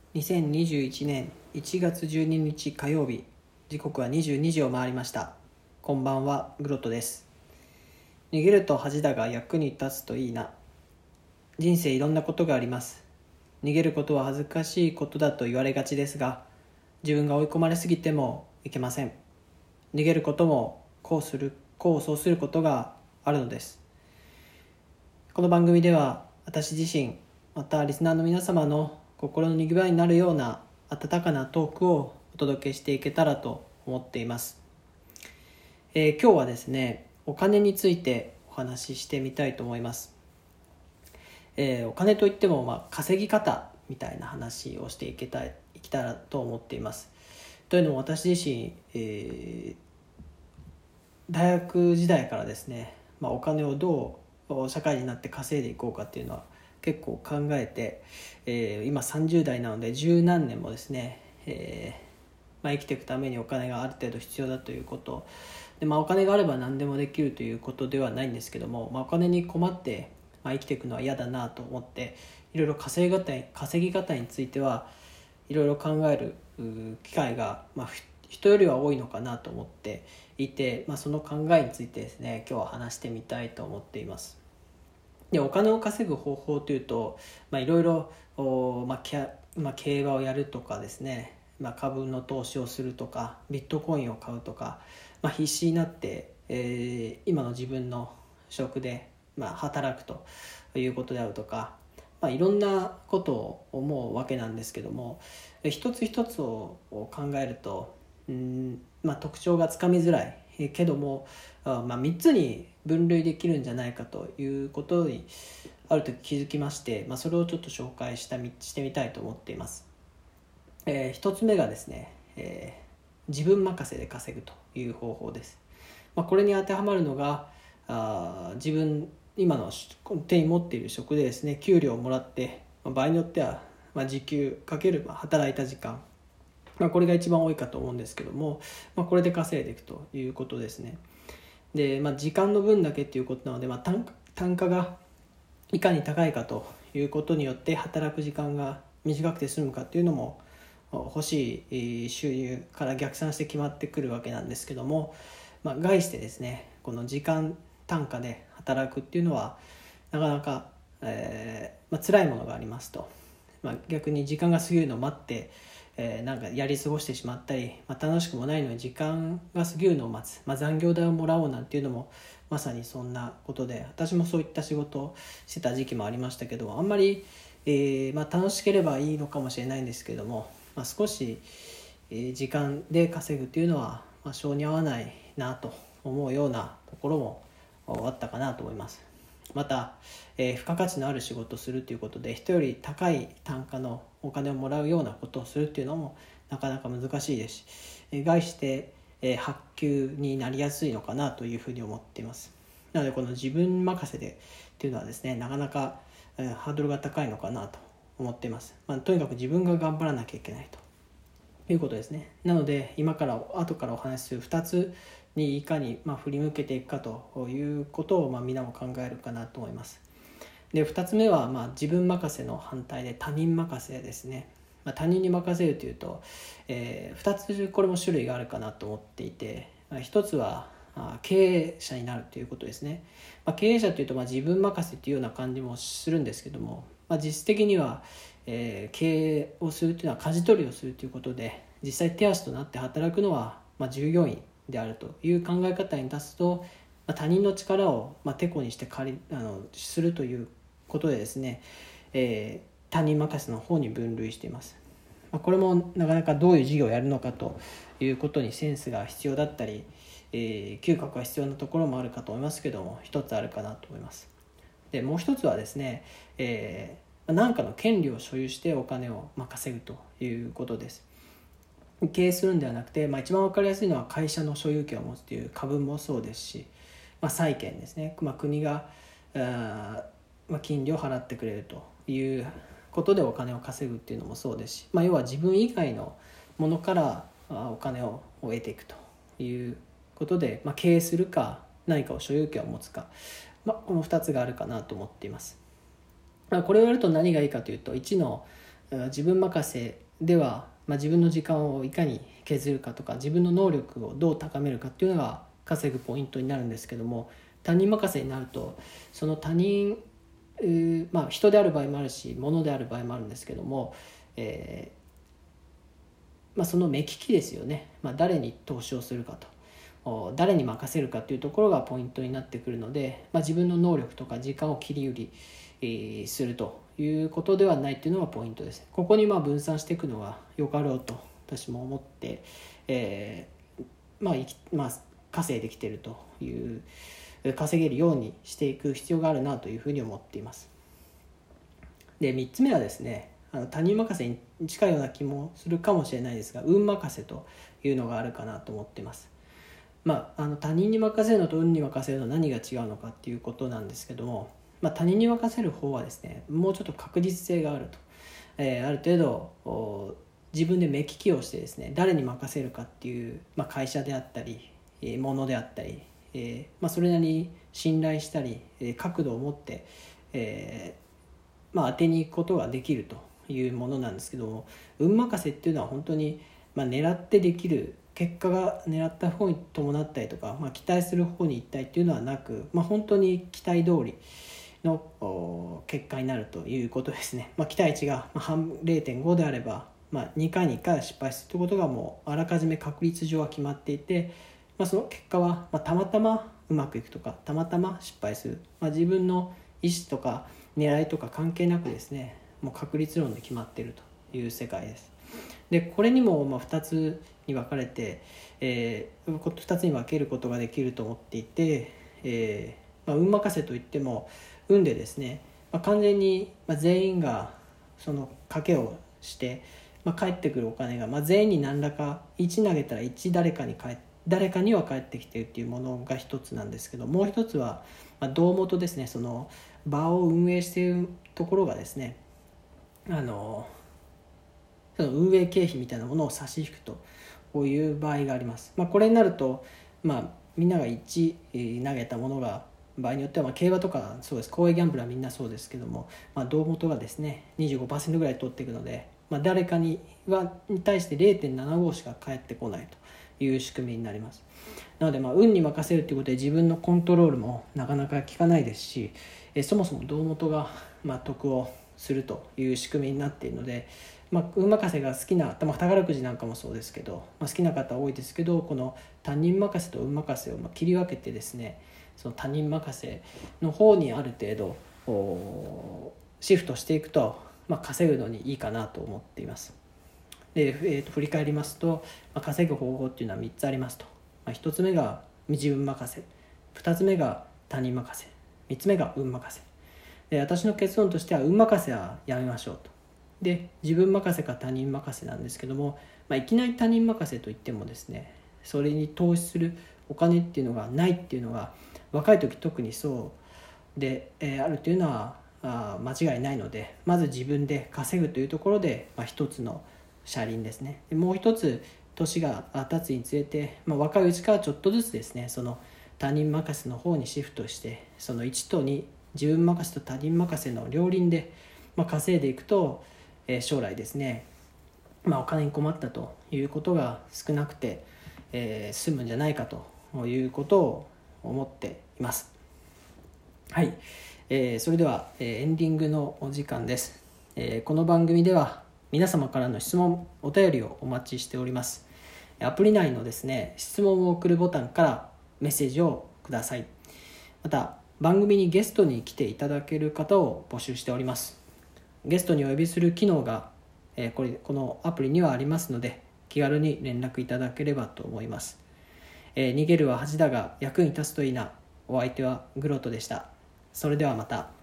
2021年1月12日火曜日、時刻は22時を回りました。こんばんは、グロトです。逃げると恥だが役に立つといいな。人生いろんなことがあります。逃げることは恥ずかしいことだと言われがちですが、自分が追い込まれすぎてもいけません。逃げることも功を奏することがあるのです。この番組では私自身、またリスナーの皆様の心のにぎわいになるような温かなトークをお届けしていけたらと思っています。今日はですね、お金についてお話ししてみたいと思います。お金といっても、稼ぎ方みたいな話をしていけたらと思っています。というのも私自身、大学時代からですね、お金をどう社会になって稼いでいこうかっていうのは結構考えて、今30代なので十何年もですね、生きていくためにお金がある程度必要だということで、お金があれば何でもできるということではないんですけども、お金に困って、生きていくのは嫌だなと思って、いろいろ稼ぎ方についてはいろいろ考える機会が、人よりは多いのかなと思っていて、その考えについてですね、今日は話してみたいと思っています。で、お金を稼ぐ方法というと、いろいろ競馬をやるとかですね、株の投資をするとか、ビットコインを買うとか、必死になって、今の自分の職で、働くということであるとか、いろんなことを思うわけなんですけども、一つ一つを考えると特徴がつかみづらいけども、3つに分類できるんじゃないかということにある時気づきまして、それをちょっと紹介してみたいと思っています。1つ目がですね、自分任せで稼ぐという方法です。これに当てはまるのが自分今の手に持っている職でですね、給料をもらって、場合によっては時給かける働いた時間、これが一番多いかと思うんですけども、これで稼いでいくということですね。で、時間の分だけということなので、単価がいかに高いかということによって働く時間が短くて済むかというのも欲しい収入から逆算して決まってくるわけなんですけども、概してですね、この時間単価で働くっていうのはなかなか、辛いものがありますと、逆に時間が過ぎるのを待って、なんかやり過ごしてしまったり、楽しくもないのに時間が過ぎるのを待つ、残業代をもらおうなんていうのもまさにそんなことで、私もそういった仕事をしてた時期もありましたけど、あんまり、楽しければいいのかもしれないんですけども、少し、時間で稼ぐっていうのは、性に合わないなと思うようなところもあったかなと思います。また、付加価値のある仕事をするということで、人より高い単価のお金をもらうようなことをするっていうのもなかなか難しいですし、概して、発給になりやすいのかなというふうに思っています。なのでこの自分任せでっていうのはですね、なかなか、ハードルが高いのかなと思っています。とにかく自分が頑張らなきゃいけないということですね。なので後からお話しする2つにいかに振り向けていくかということをみんなも考えるかなと思います。で、2つ目は自分任せの反対で他人任せですね。他人に任せるというと、2つこれも種類があるかなと思っていて、1つは経営者になるということですね。経営者というと自分任せというような感じもするんですけども、実質的には、経営をするというのは舵取りをするということで、実際手足となって働くのは従業員であるという考え方に立つと、他人の力をてこにしてするということでですね、他人任せの方に分類しています。これもなかなかどういう事業をやるのかということにセンスが必要だったり、嗅覚が必要なところもあるかと思いますけども、一つあるかなと思います。で、もう一つはですね、何かの権利を所有してお金を稼ぐということです。経営するんではなくて、一番分かりやすいのは会社の所有権を持つという株もそうですし、債権ですね、国が金利を払ってくれるということでお金を稼ぐっていうのもそうですし、要は自分以外のものからお金を得ていくということで、経営するか何かを所有権を持つか、この2つがあるかなと思っています。これをやると何がいいかというと、1の自分任せでは、自分の時間をいかに削るかとか自分の能力をどう高めるかっていうのが稼ぐポイントになるんですけども、他人任せになるとその他人、人である場合もあるし物である場合もあるんですけども、その目利きですよね、誰に投資をするかと誰に任せるかというところがポイントになってくるので、自分の能力とか時間を切り売り、するということではないというのがポイントです。ここに分散していくのがよかろうと私も思って、稼いできているという稼げるようにしていく必要があるなというふうに思っています。で3つ目はですね、他人任せに近いような気もするかもしれないですが、運任せというのがあるかなと思っています。他人に任せるのと運に任せるの何が違うのかっていうことなんですけども、他人に任せる方はですね、もうちょっと確実性があると、ある程度自分で目利きをしてですね、誰に任せるかっていう、会社であったり物であったり、それなりに信頼したり角度を持って、当てに行くことができるというものなんですけども、運任せっていうのは本当に、狙ってできる結果が狙った方に伴ったりとか、期待する方に行ったりっていうのはなく、本当に期待通りの結果になるということですね。期待値が 0.5 であれば、2回に1回は失敗するということがもうあらかじめ確率上は決まっていて、その結果は、たまたまうまくいくとかたまたま失敗する、自分の意思とか狙いとか関係なくですね、もう確率論で決まっているという世界です。でこれにも2つに分かれて、2つに分けることができると思っていて、運任せといっても運でですね、完全に全員がその賭けをして、返ってくるお金が、全員に何らか1投げたら1誰かには返ってきているっていうものが一つなんですけど、もう一つは、胴元ですね、その場を運営しているところがですね、その運営経費みたいなものを差し引くという場合があります。これになると、みんなが1投げたものが場合によっては、競馬とかそうです、公営ギャンブルはみんなそうですけども、胴元がですね 25% ぐらい取っていくので、誰かに対して 0.75 しか返ってこないという仕組みになります。なので、運に任せるということで自分のコントロールもなかなか効かないですし、そもそも胴元が得をするという仕組みになっているので、運任せが好きな、宝くじなんかもそうですけど、好きな方多いですけど、この他人任せと運任せを切り分けてですね、その他人任せの方にある程度シフトしていくと、稼ぐのにいいかなと思っています。で、振り返りますと、稼ぐ方法っていうのは3つありますと。1つ目が自分任せ、2つ目が他人任せ、3つ目が運任せで、私の結論としては運任せはやめましょうと。で、自分任せか他人任せなんですけども、いきなり他人任せといってもですね、それに投資するお金っていうのがないっていうのが若い時特にそうで、あるというのは間違いないので、まず自分で稼ぐというところで、一つの車輪ですね。でもう一つ、年が経つにつれて、若いうちからちょっとずつですね、その他人任せの方にシフトして、その1と2、自分任せと他人任せの両輪で、稼いでいくと、将来ですね、お金に困ったということが少なくて、済むんじゃないかということを思っています。はい、それでは、エンディングのお時間です。この番組では皆様からの質問、お便りをお待ちしております。アプリ内のですね、質問を送るボタンからメッセージをください。また、番組にゲストに来ていただける方を募集しております。ゲストにお呼びする機能が、このアプリにはありますので、気軽に連絡いただければと思います。逃げるは恥だが役に立つといいな。お相手はグロトでした。それではまた。